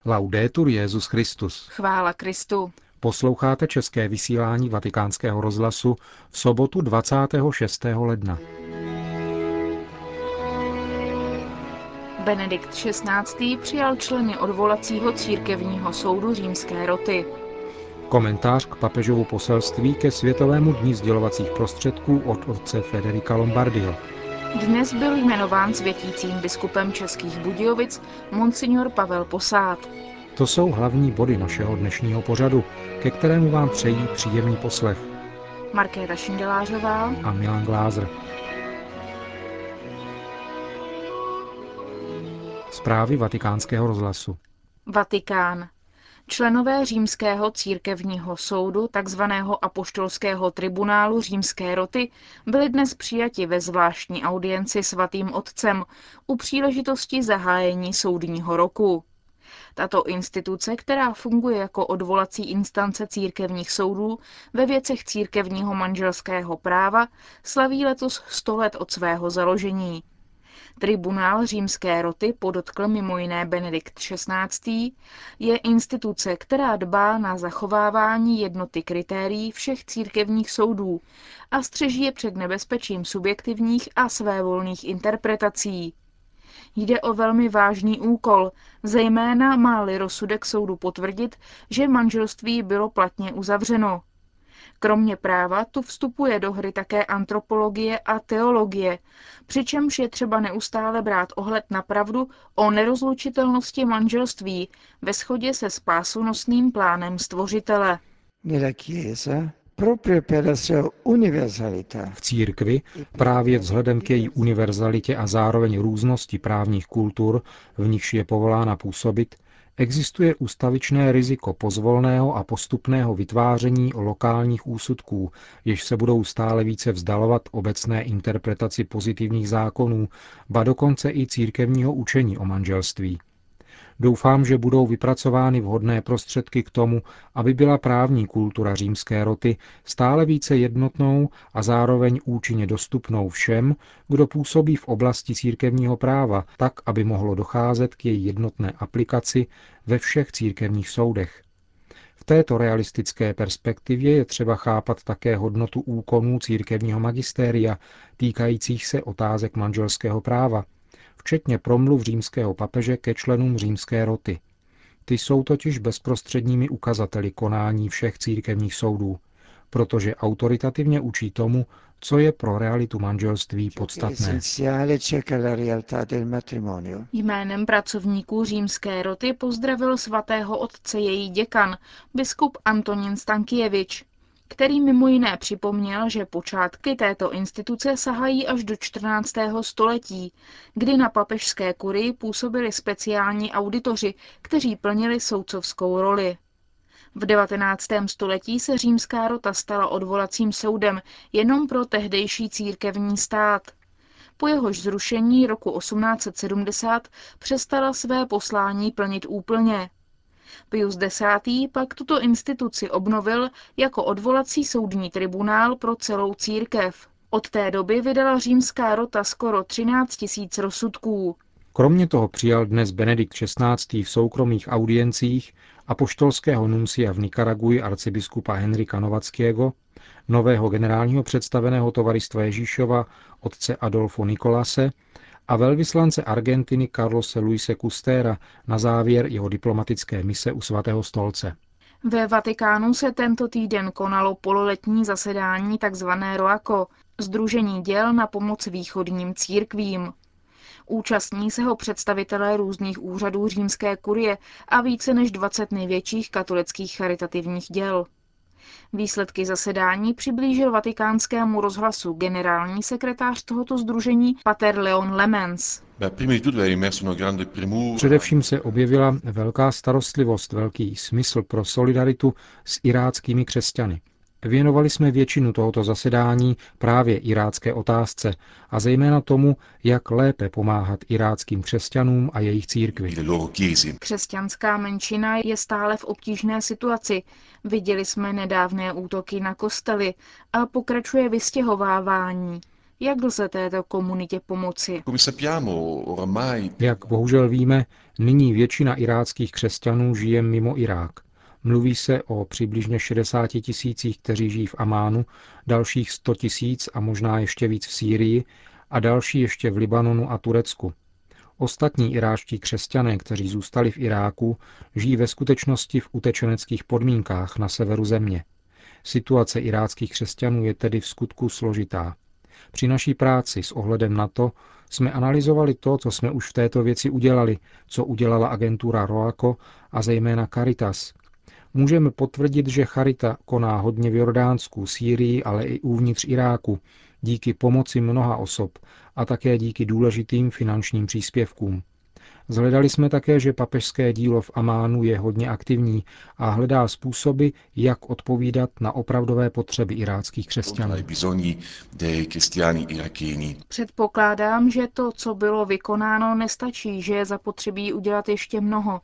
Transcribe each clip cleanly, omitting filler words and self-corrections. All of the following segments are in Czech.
Laudetur Jesus Christus. Chvála Kristu. Posloucháte české vysílání Vatikánského rozhlasu v sobotu 26. ledna. Benedikt XVI. Přijal členy odvolacího církevního soudu Římské roty. Komentář k papežovu poselství ke Světovému dni sdělovacích prostředků od otce Federica Lombardiho. Dnes byl jmenován světícím biskupem Českých Budějovic monsignor Pavel Posád. To jsou hlavní body našeho dnešního pořadu, ke kterému vám přejí příjemný poslech Markéta Šindelářová a Milan Glázer. Zprávy Vatikánského rozhlasu. Vatikán. Členové Římského církevního soudu, takzvaného apoštolského tribunálu Římské roty, byli dnes přijati ve zvláštní audienci svatým otcem u příležitosti zahájení soudního roku. Tato instituce, která funguje jako odvolací instance církevních soudů ve věcech církevního manželského práva, slaví letos 100 let od svého založení. Tribunál Římské roty, podotkl mimo jiné Benedikt XVI., je instituce, která dbá na zachovávání jednoty kritérií všech církevních soudů a střeží je před nebezpečím subjektivních a svévolných interpretací. Jde o velmi vážný úkol, zejména má-li rozsudek soudu potvrdit, že manželství bylo platně uzavřeno. Kromě práva tu vstupuje do hry také antropologie a teologie, přičemž je třeba neustále brát ohled na pravdu o nerozlučitelnosti manželství ve shodě se spásonosným plánem Stvořitele. V církvi, právě vzhledem k její univerzalitě a zároveň různosti právních kultur, v nichž je povolána působit, existuje ustavičné riziko pozvolného a postupného vytváření lokálních úsudků, jež se budou stále více vzdalovat obecné interpretaci pozitivních zákonů, ba dokonce i církevního učení o manželství. Doufám, že budou vypracovány vhodné prostředky k tomu, aby byla právní kultura Římské roty stále více jednotnou a zároveň účinně dostupnou všem, kdo působí v oblasti církevního práva, tak, aby mohlo docházet k její jednotné aplikaci ve všech církevních soudech. V této realistické perspektivě je třeba chápat také hodnotu úkonů církevního magistéria týkajících se otázek manželského práva, včetně promluv římského papeže ke členům Římské roty. Ty jsou totiž bezprostředními ukazateli konání všech církevních soudů, protože autoritativně učí tomu, co je pro realitu manželství podstatné. Jménem pracovníků Římské roty pozdravil svatého otce její děkan, biskup Antonín Stankievič, který mimo jiné připomněl, že počátky této instituce sahají až do 14. století, kdy na papežské kurii působili speciální auditoři, kteří plnili soudcovskou roli. V 19. století se Římská rota stala odvolacím soudem jenom pro tehdejší církevní stát. Po jehož zrušení roku 1870 přestala své poslání plnit úplně. Pius X. pak tuto instituci obnovil jako odvolací soudní tribunál pro celou církev. Od té doby vydala Římská rota skoro 13 000 rozsudků. Kromě toho přijal dnes Benedikt XVI. V soukromých audiencích apoštolského nuncia v Nikaraguji arcibiskupa Henrika Novackiego, nového generálního představeného Tovaristva Ježíšova otce Adolfo Nicolase a velvyslance Argentiny Carlose Luise Custera na závěr jeho diplomatické mise u svatého stolce. Ve Vatikánu se tento týden konalo pololetní zasedání tzv. ROACO, Sdružení děl na pomoc východním církvím. Účastní se ho představitelé různých úřadů římské kurie a více než 20 největších katolických charitativních děl. Výsledky zasedání přiblížil Vatikánskému rozhlasu generální sekretář tohoto sdružení pater Leon Lemens. Především se objevila velká starostlivost, velký smysl pro solidaritu s iráckými křesťany. Věnovali jsme většinu tohoto zasedání právě irácké otázce a zejména tomu, jak lépe pomáhat iráckým křesťanům a jejich církvi. Křesťanská menšina je stále v obtížné situaci. Viděli jsme nedávné útoky na kostely a pokračuje vystěhovávání. Jak lze této komunitě pomoci? Jak bohužel víme, nyní většina iráckých křesťanů žije mimo Irák. Mluví se o přibližně 60 tisících, kteří žijí v Amánu, dalších 100 tisíc a možná ještě víc v Sýrii a další ještě v Libanonu a Turecku. Ostatní iráčtí křesťané, kteří zůstali v Iráku, žijí ve skutečnosti v utečeneckých podmínkách na severu země. Situace iráckých křesťanů je tedy v skutku složitá. Při naší práci s ohledem na to jsme analyzovali to, co jsme už v této věci udělali, co udělala agentura ROACO a zejména Caritas. Můžeme potvrdit, že Charita koná hodně v Jordánsku, Sýrii, ale i uvnitř Iráku, díky pomoci mnoha osob a také díky důležitým finančním příspěvkům. Zhledali jsme také, že papežské dílo v Amánu je hodně aktivní a hledá způsoby, jak odpovídat na opravdové potřeby iráckých křesťanů. Předpokládám, že to, co bylo vykonáno, nestačí, že je zapotřebí udělat ještě mnoho.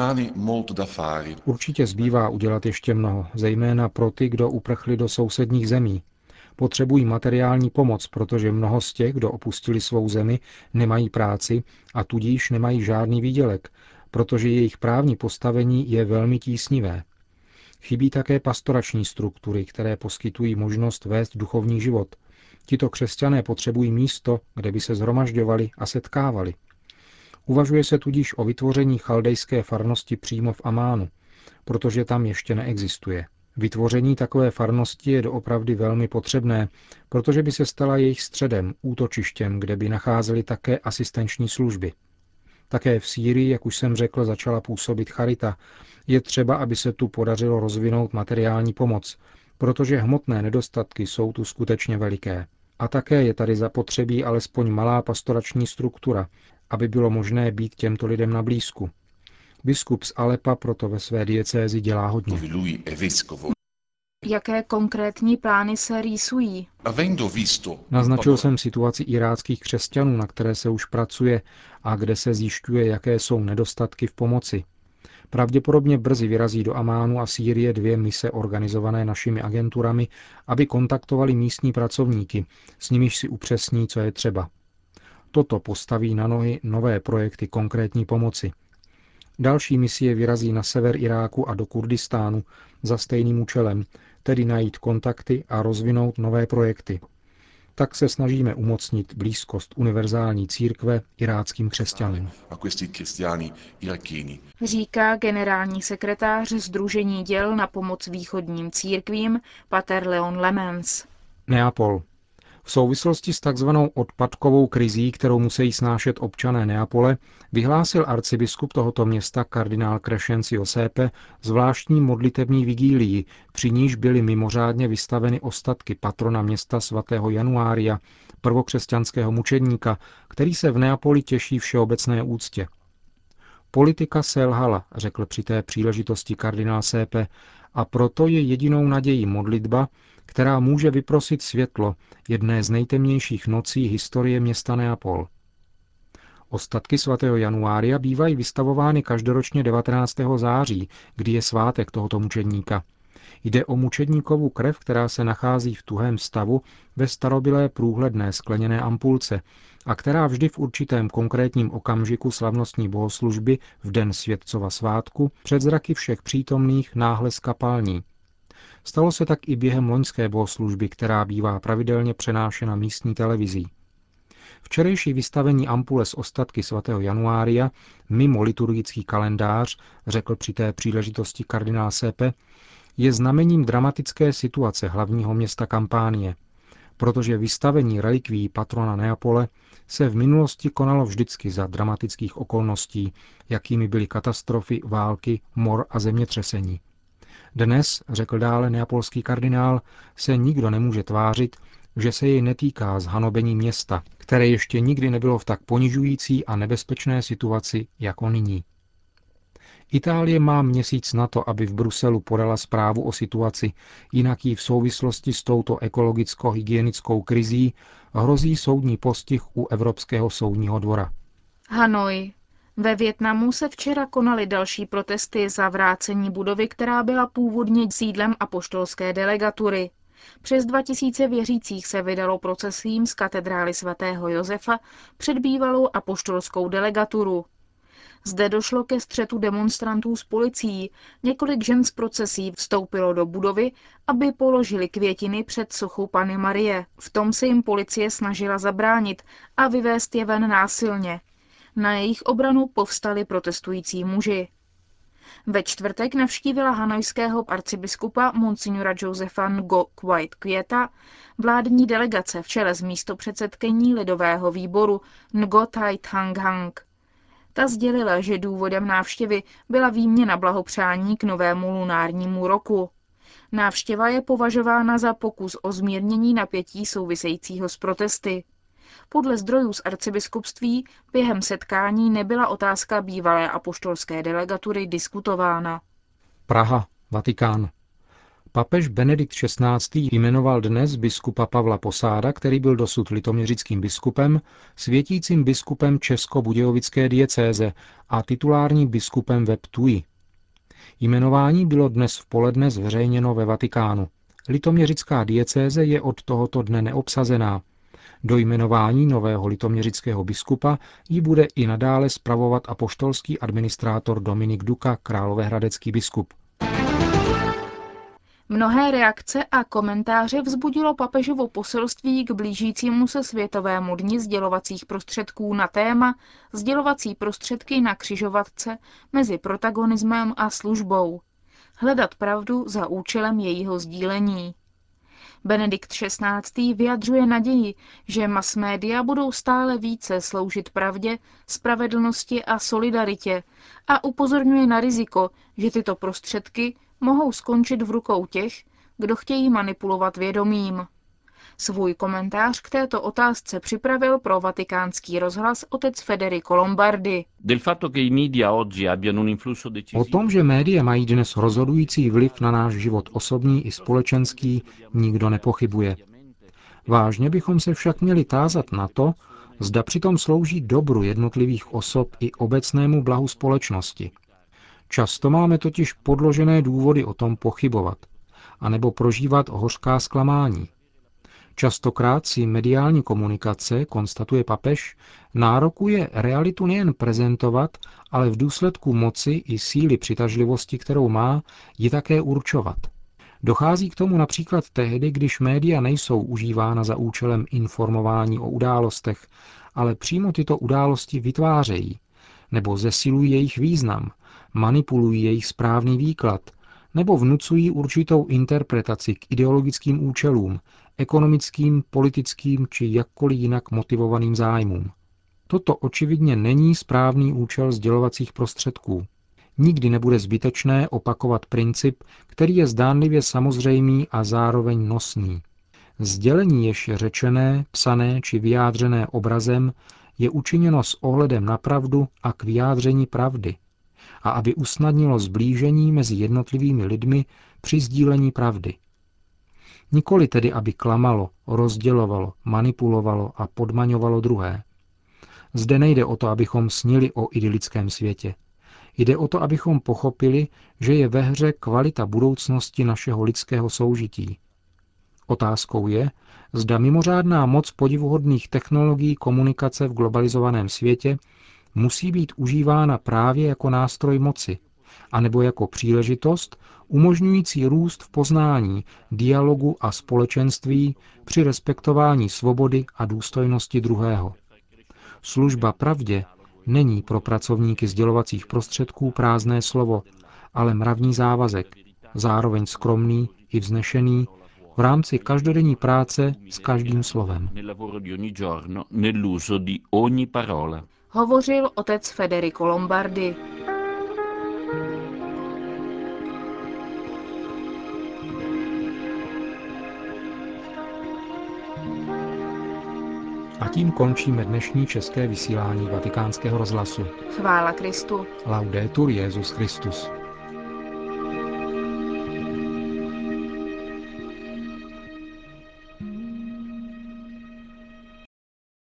Určitě zbývá udělat ještě mnoho, zejména pro ty, kdo uprchli do sousedních zemí. Potřebují materiální pomoc, protože mnoho z těch, kdo opustili svou zemi, nemají práci a tudíž nemají žádný výdělek, protože jejich právní postavení je velmi tísnivé. Chybí také pastorační struktury, které poskytují možnost vést duchovní život. Tito křesťané potřebují místo, kde by se shromažďovali a setkávali. Uvažuje se tudíž o vytvoření chaldejské farnosti přímo v Amánu, protože tam ještě neexistuje. Vytvoření takové farnosti je doopravdy velmi potřebné, protože by se stala jejich středem, útočištěm, kde by nacházeli také asistenční služby. Také v Sýrii, jak už jsem řekl, začala působit Charita. Je třeba, aby se tu podařilo rozvinout materiální pomoc, protože hmotné nedostatky jsou tu skutečně veliké. A také je tady zapotřebí alespoň malá pastorační struktura, aby bylo možné být těmto lidem na blízku. Biskup z Alepa proto ve své diecézi dělá hodně. Jaké konkrétní plány se rýsují? Naznačil jsem situaci iráckých křesťanů, na které se už pracuje a kde se zjišťuje, jaké jsou nedostatky v pomoci. Pravděpodobně brzy vyrazí do Amánu a Sýrie 2 mise organizované našimi agenturami, aby kontaktovali místní pracovníky, s nimiž si upřesní, co je třeba. Toto postaví na nohy nové projekty konkrétní pomoci. Další misie vyrazí na sever Iráku a do Kurdistánu za stejným účelem, tedy najít kontakty a rozvinout nové projekty. Tak se snažíme umocnit blízkost univerzální církve iráckým křesťanům. Říká generální sekretář Sdružení děl na pomoc východním církvím pater Leon Lemens. Neapol. V souvislosti s takzvanou odpadkovou krizí, kterou musí snášet občané Neapole, vyhlásil arcibiskup tohoto města kardinál Crescencio Sepe zvláštní modlitební vigílii, při níž byly mimořádně vystaveny ostatky patrona města svatého Januária, prvokřesťanského mučedníka, který se v Neapoli těší všeobecné úctě. Politika selhala, řekl při té příležitosti kardinál Sepe, a proto je jedinou nadějí modlitba, která může vyprosit světlo jedné z nejtemnějších nocí historie města Neapol. Ostatky svatého Januária bývají vystavovány každoročně 19. září, kdy je svátek tohoto mučedníka. Jde o mučedníkovu krev, která se nachází v tuhém stavu ve starobylé průhledné skleněné ampulce a která vždy v určitém konkrétním okamžiku slavnostní bohoslužby v den světcova svátku před zraky všech přítomných náhle skapální. Stalo se tak i během loňské bohoslužby, která bývá pravidelně přenášena místní televizí. Včerejší vystavení ampule s ostatky svatého Januária mimo liturgický kalendář, řekl při té příležitosti kardinál Sepe, je znamením dramatické situace hlavního města Kampánie, protože vystavení relikví patrona Neapole se v minulosti konalo vždycky za dramatických okolností, jakými byly katastrofy, války, mor a zemětřesení. Dnes, řekl dále neapolský kardinál, se nikdo nemůže tvářit, že se jej netýká zhanobení města, které ještě nikdy nebylo v tak ponižující a nebezpečné situaci jako nyní. Itálie má měsíc na to, aby v Bruselu podala zprávu o situaci, jinak jí v souvislosti s touto ekologicko-hygienickou krizí hrozí soudní postih u Evropského soudního dvora. Hanoj. Ve Vietnamu se včera konaly další protesty za vrácení budovy, která byla původně sídlem apoštolské delegatury. Přes 2000 věřících se vydalo procesím z katedrály svatého Josefa před bývalou apoštolskou delegaturu. Zde došlo ke střetu demonstrantů s policií. Několik žen z procesí vstoupilo do budovy, aby položili květiny před sochu Panny Marie. V tom se jim policie snažila zabránit a vyvést je ven násilně. Na jejich obranu povstali protestující muži. Ve čtvrtek navštívila hanojského arcibiskupa monsignora Josefa Ngo Kwait Kwieta vládní delegace v čele s místopředsedkyní lidového výboru Ngo Thai Thang Hang. Ta sdělila, že důvodem návštěvy byla výměna blahopřání k novému lunárnímu roku. Návštěva je považována za pokus o zmírnění napětí souvisejícího s protesty. Podle zdrojů z arcibiskupství během setkání nebyla otázka bývalé apoštolské delegatury diskutována. Praha, Vatikán. Papež Benedikt XVI. Jmenoval dnes biskupa Pavla Posáda, který byl dosud litoměřickým biskupem, světícím biskupem Česko-Budějovické diecéze a titulárním biskupem ve Ptuji. Jmenování bylo dnes v poledne zveřejněno ve Vatikánu. Litoměřická diecéze je od tohoto dne neobsazená. Do jmenování nového litoměřického biskupa ji bude i nadále spravovat apoštolský administrátor Dominik Duka, královéhradecký biskup. Mnohé reakce a komentáře vzbudilo papežovo poselství k blížícímu se Světovému dni sdělovacích prostředků na téma sdělovací prostředky na křižovatce mezi protagonismem a službou. Hledat pravdu za účelem jejího sdílení. Benedikt XVI. Vyjadřuje naději, že masmédia budou stále více sloužit pravdě, spravedlnosti a solidaritě a upozorňuje na riziko, že tyto prostředky mohou skončit v rukou těch, kdo chtějí manipulovat vědomím. Svůj komentář k této otázce připravil pro Vatikánský rozhlas otec Federico Lombardi. O tom, že média mají dnes rozhodující vliv na náš život osobní i společenský, nikdo nepochybuje. Vážně bychom se však měli tázat na to, zda přitom slouží dobru jednotlivých osob i obecnému blahu společnosti. Často máme totiž podložené důvody o tom pochybovat, anebo prožívat hořká zklamání. Častokrát si mediální komunikace, konstatuje papež, nárokuje realitu nejen prezentovat, ale v důsledku moci i síly přitažlivosti, kterou má, ji také určovat. Dochází k tomu například tehdy, když média nejsou užívána za účelem informování o událostech, ale přímo tyto události vytvářejí, nebo zesilují jejich význam, manipulují jejich správný výklad, nebo vnucují určitou interpretaci k ideologickým účelům, ekonomickým, politickým či jakkoliv jinak motivovaným zájmům. Toto očividně není správný účel sdělovacích prostředků. Nikdy nebude zbytečné opakovat princip, který je zdánlivě samozřejmý a zároveň nosný. Sdělení, jež je řečené, psané či vyjádřené obrazem, je učiněno s ohledem na pravdu a k vyjádření pravdy, a aby usnadnilo sblížení mezi jednotlivými lidmi při sdílení pravdy. Nikoli tedy, aby klamalo, rozdělovalo, manipulovalo a podmaňovalo druhé. Zde nejde o to, abychom snili o idylickém světě. Jde o to, abychom pochopili, že je ve hře kvalita budoucnosti našeho lidského soužití. Otázkou je, zda mimořádná moc podivuhodných technologií komunikace v globalizovaném světě musí být užívána právě jako nástroj moci, anebo jako příležitost umožňující růst v poznání, dialogu a společenství při respektování svobody a důstojnosti druhého. Služba pravdě není pro pracovníky sdělovacích prostředků prázdné slovo, ale mravní závazek, zároveň skromný i vznešený, v rámci každodenní práce s každým slovem. Hovořil otec Federico Lombardi. A tím končíme dnešní české vysílání Vatikánského rozhlasu. Chvála Kristu. Laudetur Jesus Christus.